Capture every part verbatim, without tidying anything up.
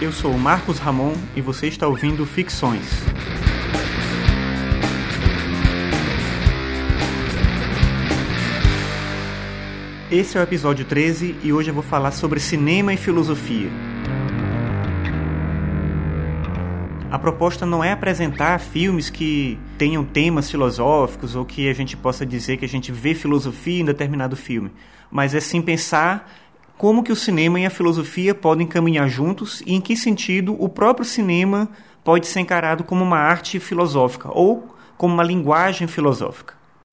Eu sou o Marcos Ramon e você está ouvindo Ficções. Esse é o episódio treze e hoje eu vou falar sobre cinema e filosofia. A proposta não é apresentar filmes que tenham temas filosóficos ou que a gente possa dizer que a gente vê filosofia em determinado filme, mas é sim pensar como que o cinema e a filosofia podem caminhar juntos e em que sentido o próprio cinema pode ser encarado como uma arte filosófica ou como uma linguagem filosófica.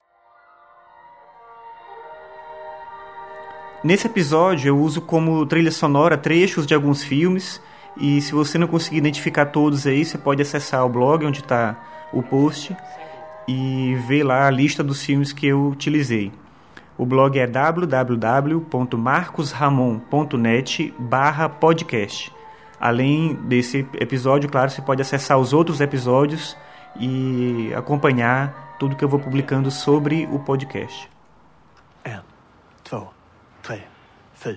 Nesse episódio eu uso como trilha sonora trechos de alguns filmes e se você não conseguir identificar todos aí, você pode acessar o blog onde está o post e ver lá a lista dos filmes que eu utilizei. O blog é w w w ponto marcos ramon ponto net barra podcast. Além desse episódio, claro, você pode acessar os outros episódios e acompanhar tudo que eu vou publicando sobre o podcast. Um, dois, três, fyra.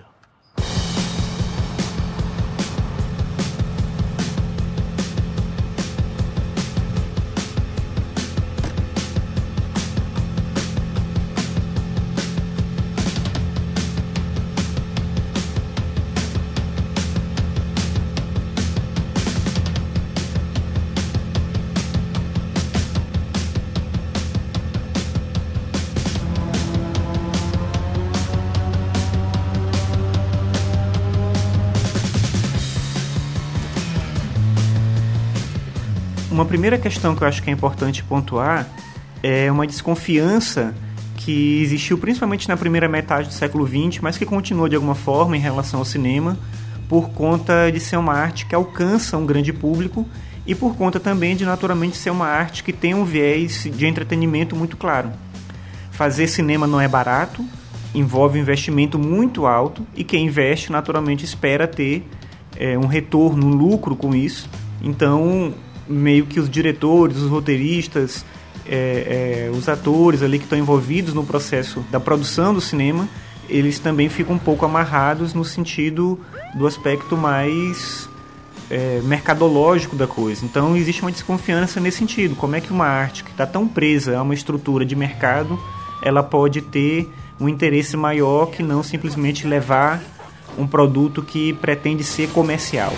Uma primeira questão que eu acho que é importante pontuar é uma desconfiança que existiu principalmente na primeira metade do século vinte, mas que continuou de alguma forma em relação ao cinema, por conta de ser uma arte que alcança um grande público e por conta também de naturalmente ser uma arte que tem um viés de entretenimento muito claro. Fazer cinema não é barato, envolve um investimento muito alto e quem investe naturalmente espera ter é, um retorno, um lucro com isso. Então, meio que os diretores, os roteiristas, é, é, os atores ali que estão envolvidos no processo da produção do cinema, eles também ficam um pouco amarrados no sentido do aspecto mais é, mercadológico da coisa. Então existe uma desconfiança nesse sentido. Como é que uma arte que está tão presa a uma estrutura de mercado, ela pode ter um interesse maior que não simplesmente levar um produto que pretende ser comercial?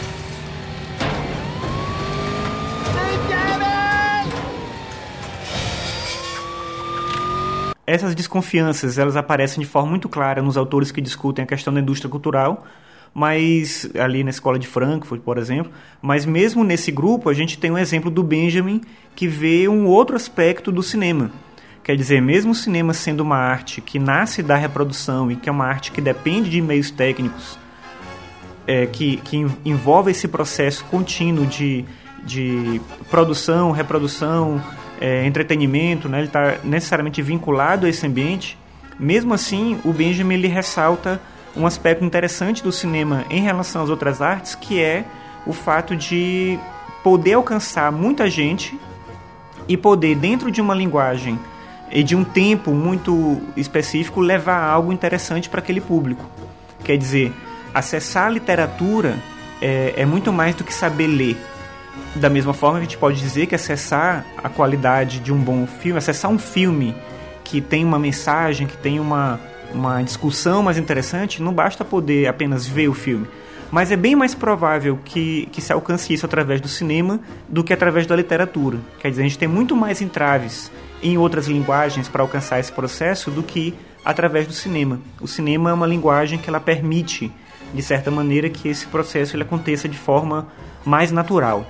Essas desconfianças, elas aparecem de forma muito clara nos autores que discutem a questão da indústria cultural, mas ali na Escola de Frankfurt, por exemplo, mas mesmo nesse grupo a gente tem um exemplo do Benjamin que vê um outro aspecto do cinema. Quer dizer, mesmo o cinema sendo uma arte que nasce da reprodução e que é uma arte que depende de meios técnicos, é, que, que envolve esse processo contínuo de, de produção, reprodução, É, entretenimento, né? Ele está necessariamente vinculado a esse ambiente. Mesmo assim, o Benjamin ele ressalta um aspecto interessante do cinema em relação às outras artes, que é o fato de poder alcançar muita gente e poder, dentro de uma linguagem e de um tempo muito específico, levar algo interessante para aquele público. Quer dizer, acessar a literatura é, é muito mais do que saber ler. Da mesma forma que a gente pode dizer que acessar a qualidade de um bom filme, acessar um filme que tem uma mensagem, que tem uma, uma discussão mais interessante, não basta poder apenas ver o filme. Mas é bem mais provável que, que se alcance isso através do cinema do que através da literatura. Quer dizer, a gente tem muito mais entraves em outras linguagens para alcançar esse processo do que através do cinema. O cinema é uma linguagem que ela permite, de certa maneira, que esse processo ele aconteça de forma mais natural.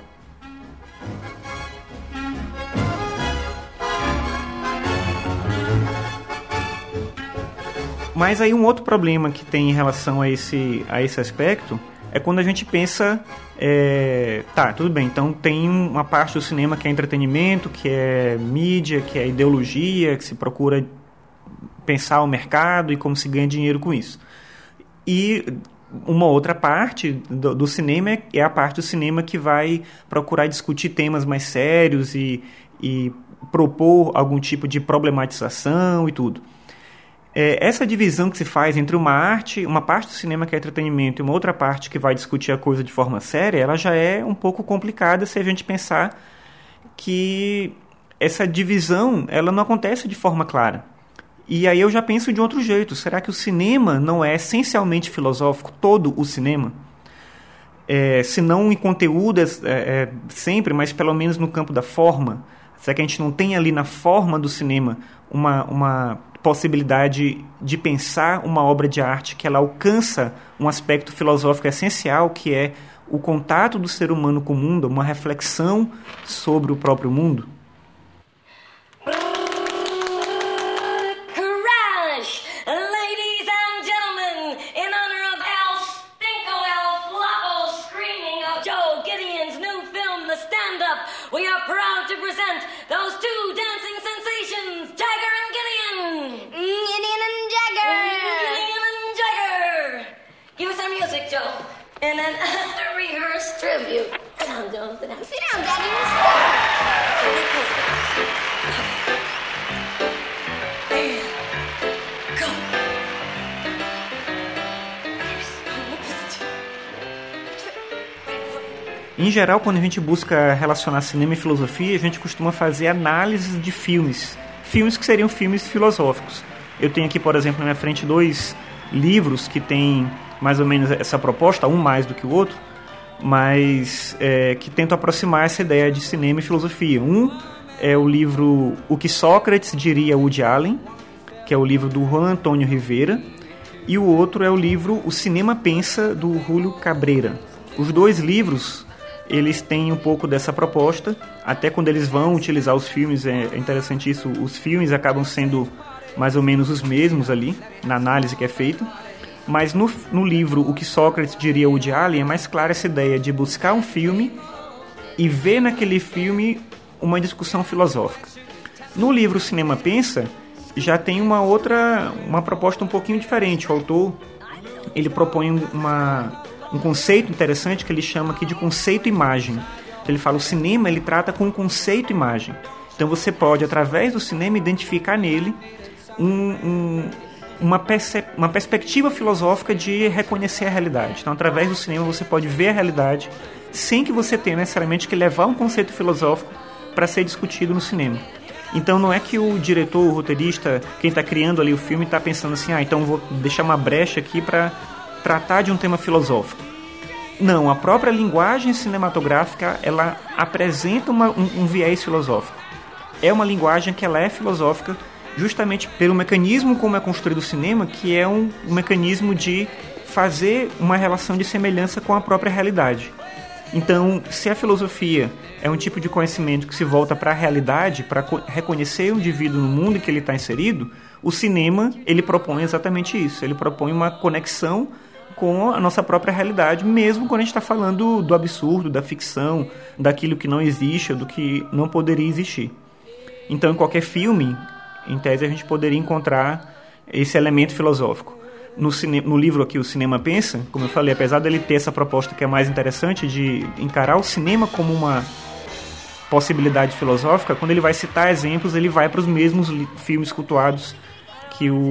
Mas aí um outro problema que tem em relação a esse, a esse aspecto é quando a gente pensa, é, tá, tudo bem, então tem uma parte do cinema que é entretenimento, que é mídia, que é ideologia, que se procura pensar o mercado e como se ganha dinheiro com isso. E uma outra parte do, do cinema é, é a parte do cinema que vai procurar discutir temas mais sérios e, e propor algum tipo de problematização e tudo. É, essa divisão que se faz entre uma arte, uma parte do cinema que é entretenimento e uma outra parte que vai discutir a coisa de forma séria, ela já é um pouco complicada se a gente pensar que essa divisão ela não acontece de forma clara. E aí eu já penso de outro jeito. Será que o cinema não é essencialmente filosófico, todo o cinema? É, se não em conteúdo é, é, sempre, mas pelo menos no campo da forma. Será que a gente não tem ali na forma do cinema uma, uma possibilidade de pensar uma obra de arte que ela alcança um aspecto filosófico essencial, que é o contato do ser humano com o mundo, uma reflexão sobre o próprio mundo? We are proud to present those two dancing sensations, Jagger and Gideon. Gideon and Jagger. Gideon and Jagger. Give us our music, Joe. And then after rehearsed tribute. Sit down, Joe. Sit down. Sit down, Daddy. Okay, go. Em geral, quando a gente busca relacionar cinema e filosofia, a gente costuma fazer análises de filmes. Filmes que seriam filmes filosóficos. Eu tenho aqui, por exemplo, na minha frente dois livros que têm mais ou menos essa proposta, um mais do que o outro, mas é, que tentam aproximar essa ideia de cinema e filosofia. Um é o livro O que Sócrates Diria a Woody Allen, que é o livro do Juan Antônio Rivera, e o outro é o livro O Cinema Pensa, do Júlio Cabreira. Os dois livros eles têm um pouco dessa proposta, até quando eles vão utilizar os filmes, é interessante isso, os filmes acabam sendo mais ou menos os mesmos ali, na análise que é feita, mas no, no livro O que Sócrates Diria a Woody Allen é mais clara essa ideia de buscar um filme e ver naquele filme uma discussão filosófica. No livro O Cinema Pensa, já tem uma outra, uma proposta um pouquinho diferente. O autor, ele propõe uma... um conceito interessante que ele chama aqui de conceito-imagem. Então ele fala, o cinema ele trata com o conceito-imagem. Então você pode, através do cinema, identificar nele um, um, uma, perce- uma perspectiva filosófica de reconhecer a realidade. Então, através do cinema, você pode ver a realidade sem que você tenha necessariamente que levar um conceito filosófico para ser discutido no cinema. Então não é que o diretor, o roteirista, quem está criando ali o filme, está pensando assim, ah, então vou deixar uma brecha aqui para tratar de um tema filosófico. Não, a própria linguagem cinematográfica, ela apresenta uma, um, um viés filosófico. É uma linguagem que ela é filosófica justamente pelo mecanismo como é construído o cinema, que é um, um mecanismo de fazer uma relação de semelhança com a própria realidade. Então, se a filosofia é um tipo de conhecimento que se volta para a realidade, para co- reconhecer o indivíduo no mundo em que ele está inserido, o cinema, ele propõe exatamente isso. Ele propõe uma conexão com a nossa própria realidade, mesmo quando a gente está falando do absurdo, da ficção, daquilo que não existe, do que não poderia existir. Então, em qualquer filme, em tese, a gente poderia encontrar esse elemento filosófico. No, cine... no livro aqui, O Cinema Pensa, como eu falei, apesar dele ter essa proposta que é mais interessante de encarar o cinema como uma possibilidade filosófica, quando ele vai citar exemplos, ele vai para os mesmos li... filmes cultuados que o,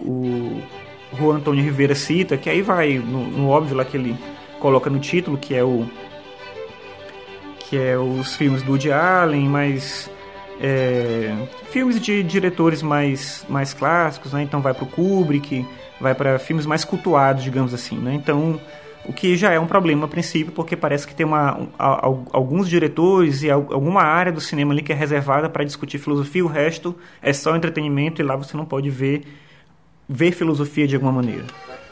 o Juan Antônio Rivera cita, que aí vai no, no óbvio lá que ele coloca no título, que é o que é os filmes do Woody Allen, mas é, filmes de diretores mais, mais clássicos, né? Então vai para o Kubrick, vai para filmes mais cultuados, digamos assim, né? Então, o que já é um problema a princípio, porque parece que tem uma, um, alguns diretores e alguma área do cinema ali que é reservada para discutir filosofia, o resto é só entretenimento e lá você não pode ver, ver filosofia de alguma maneira.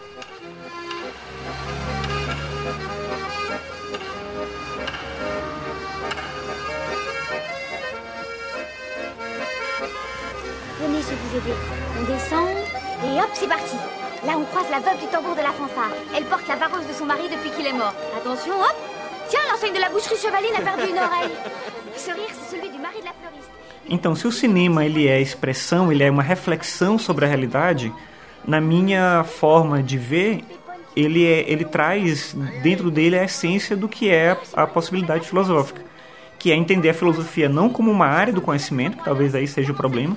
Venez, je vous aider. On descend et hop, c'est parti. Là, on croise la veuve du tambour de la fanfare. Elle porte la vareuse de son mari depuis qu'il est mort. Attention, hop. Tiens, l'enseigne de la boucherie Chevaline a perdu une oreille. Ce rire, c'est celui du mari de la fleuriste. Então, se o cinema ele é expressão, ele é uma reflexão sobre a realidade, na minha forma de ver, ele, é, ele traz dentro dele a essência do que é a, a possibilidade filosófica, que é entender a filosofia não como uma área do conhecimento, que talvez aí seja o problema, a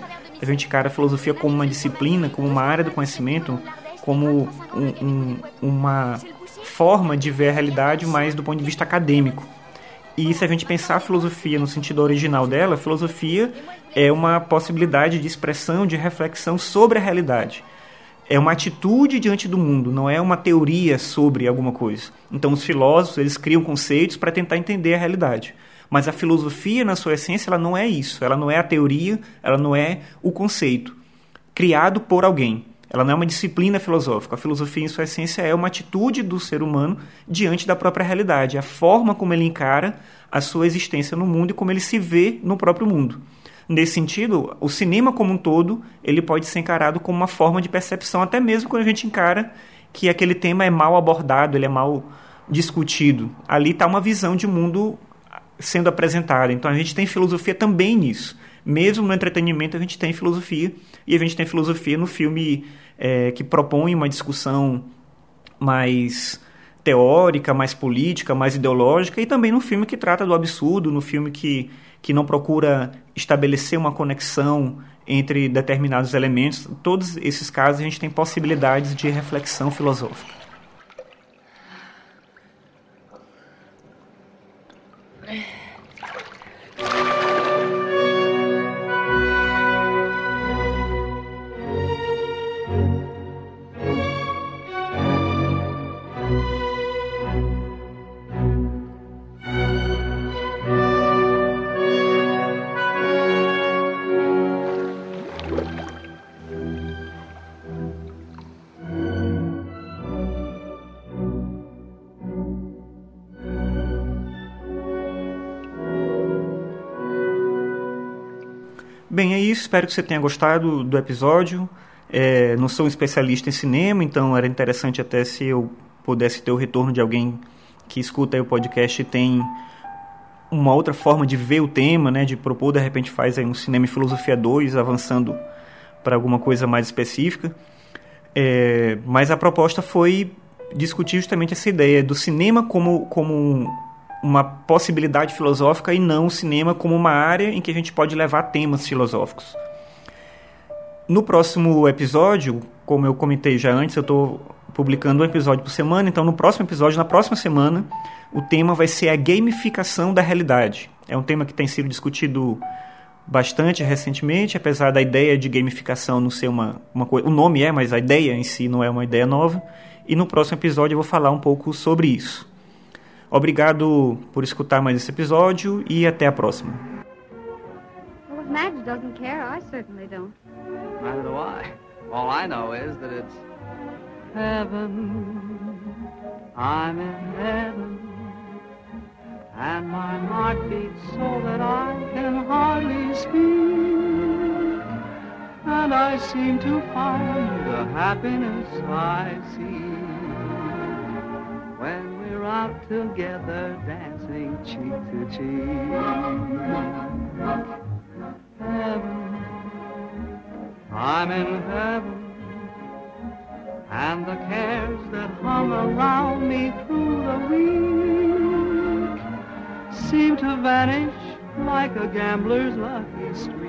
a gente encara a filosofia como uma disciplina, como uma área do conhecimento, como um, um, uma forma de ver a realidade mais do ponto de vista acadêmico. E se a gente pensar a filosofia no sentido original dela, a filosofia é uma possibilidade de expressão, de reflexão sobre a realidade. É uma atitude diante do mundo, não é uma teoria sobre alguma coisa. Então os filósofos, eles criam conceitos para tentar entender a realidade. Mas a filosofia, na sua essência, ela não é isso. Ela não é a teoria, ela não é o conceito criado por alguém. Ela não é uma disciplina filosófica. A filosofia, em sua essência, é uma atitude do ser humano diante da própria realidade. É a forma como ele encara a sua existência no mundo e como ele se vê no próprio mundo. Nesse sentido, o cinema como um todo, ele pode ser encarado como uma forma de percepção, até mesmo quando a gente encara que aquele tema é mal abordado, ele é mal discutido. Ali está uma visão de mundo sendo apresentada. Então a gente tem filosofia também nisso. Mesmo no entretenimento a gente tem filosofia, e a gente tem filosofia no filme é, que propõe uma discussão mais teórica, mais política, mais ideológica, e também no filme que trata do absurdo, no filme que, que não procura estabelecer uma conexão entre determinados elementos. Em todos esses casos a gente tem possibilidades de reflexão filosófica. Bem, é isso. Espero que você tenha gostado do episódio. É, não sou um especialista em cinema, então era interessante até se eu pudesse ter o retorno de alguém que escuta aí o podcast e tem uma outra forma de ver o tema, né, de propor, de repente faz aí um Cinema e Filosofia dois, avançando para alguma coisa mais específica. É, mas a proposta foi discutir justamente essa ideia do cinema como, como um, uma possibilidade filosófica e não o cinema como uma área em que a gente pode levar temas filosóficos. No próximo episódio, como eu comentei já antes, eu estou publicando um episódio por semana, então no próximo episódio, na próxima semana, o tema vai ser a gamificação da realidade. É um tema que tem sido discutido bastante recentemente, apesar da ideia de gamificação não ser uma, uma coisa... O nome é, mas a ideia em si não é uma ideia nova. E no próximo episódio eu vou falar um pouco sobre isso. Obrigado por escutar mais esse episódio e até a próxima. Well, if Madge doesn't care, I certainly don't. Neither do I. All I know is that it's heaven. I'm in heaven. And my heart beats so that I can hardly speak. And I seem to find the happiness I seek when we're out together dancing cheek to cheek. Heaven, I'm in heaven. And the cares that hung around me through the week seem to vanish like a gambler's lucky streak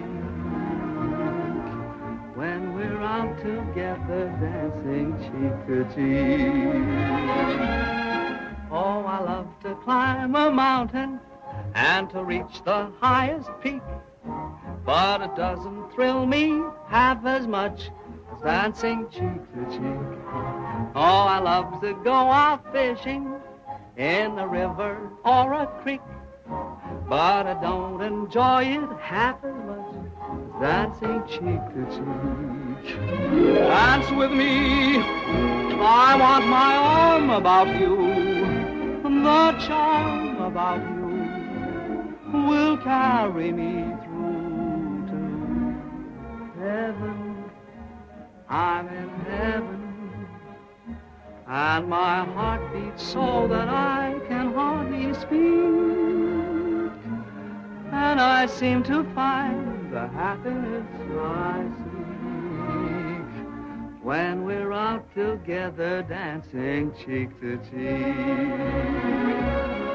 when we're out together dancing cheek to cheek. Oh, I love to climb a mountain and to reach the highest peak, but it doesn't thrill me half as much as dancing cheek to cheek. Oh, I love to go out fishing in a river or a creek, but I don't enjoy it half as much as dancing cheek to cheek. Dance with me, I want my arm about you. The charm about you will carry me through to heaven. I'm in heaven, and my heart beats so that I can hardly speak, and I seem to find the happiness I seek when we're out together dancing cheek to cheek.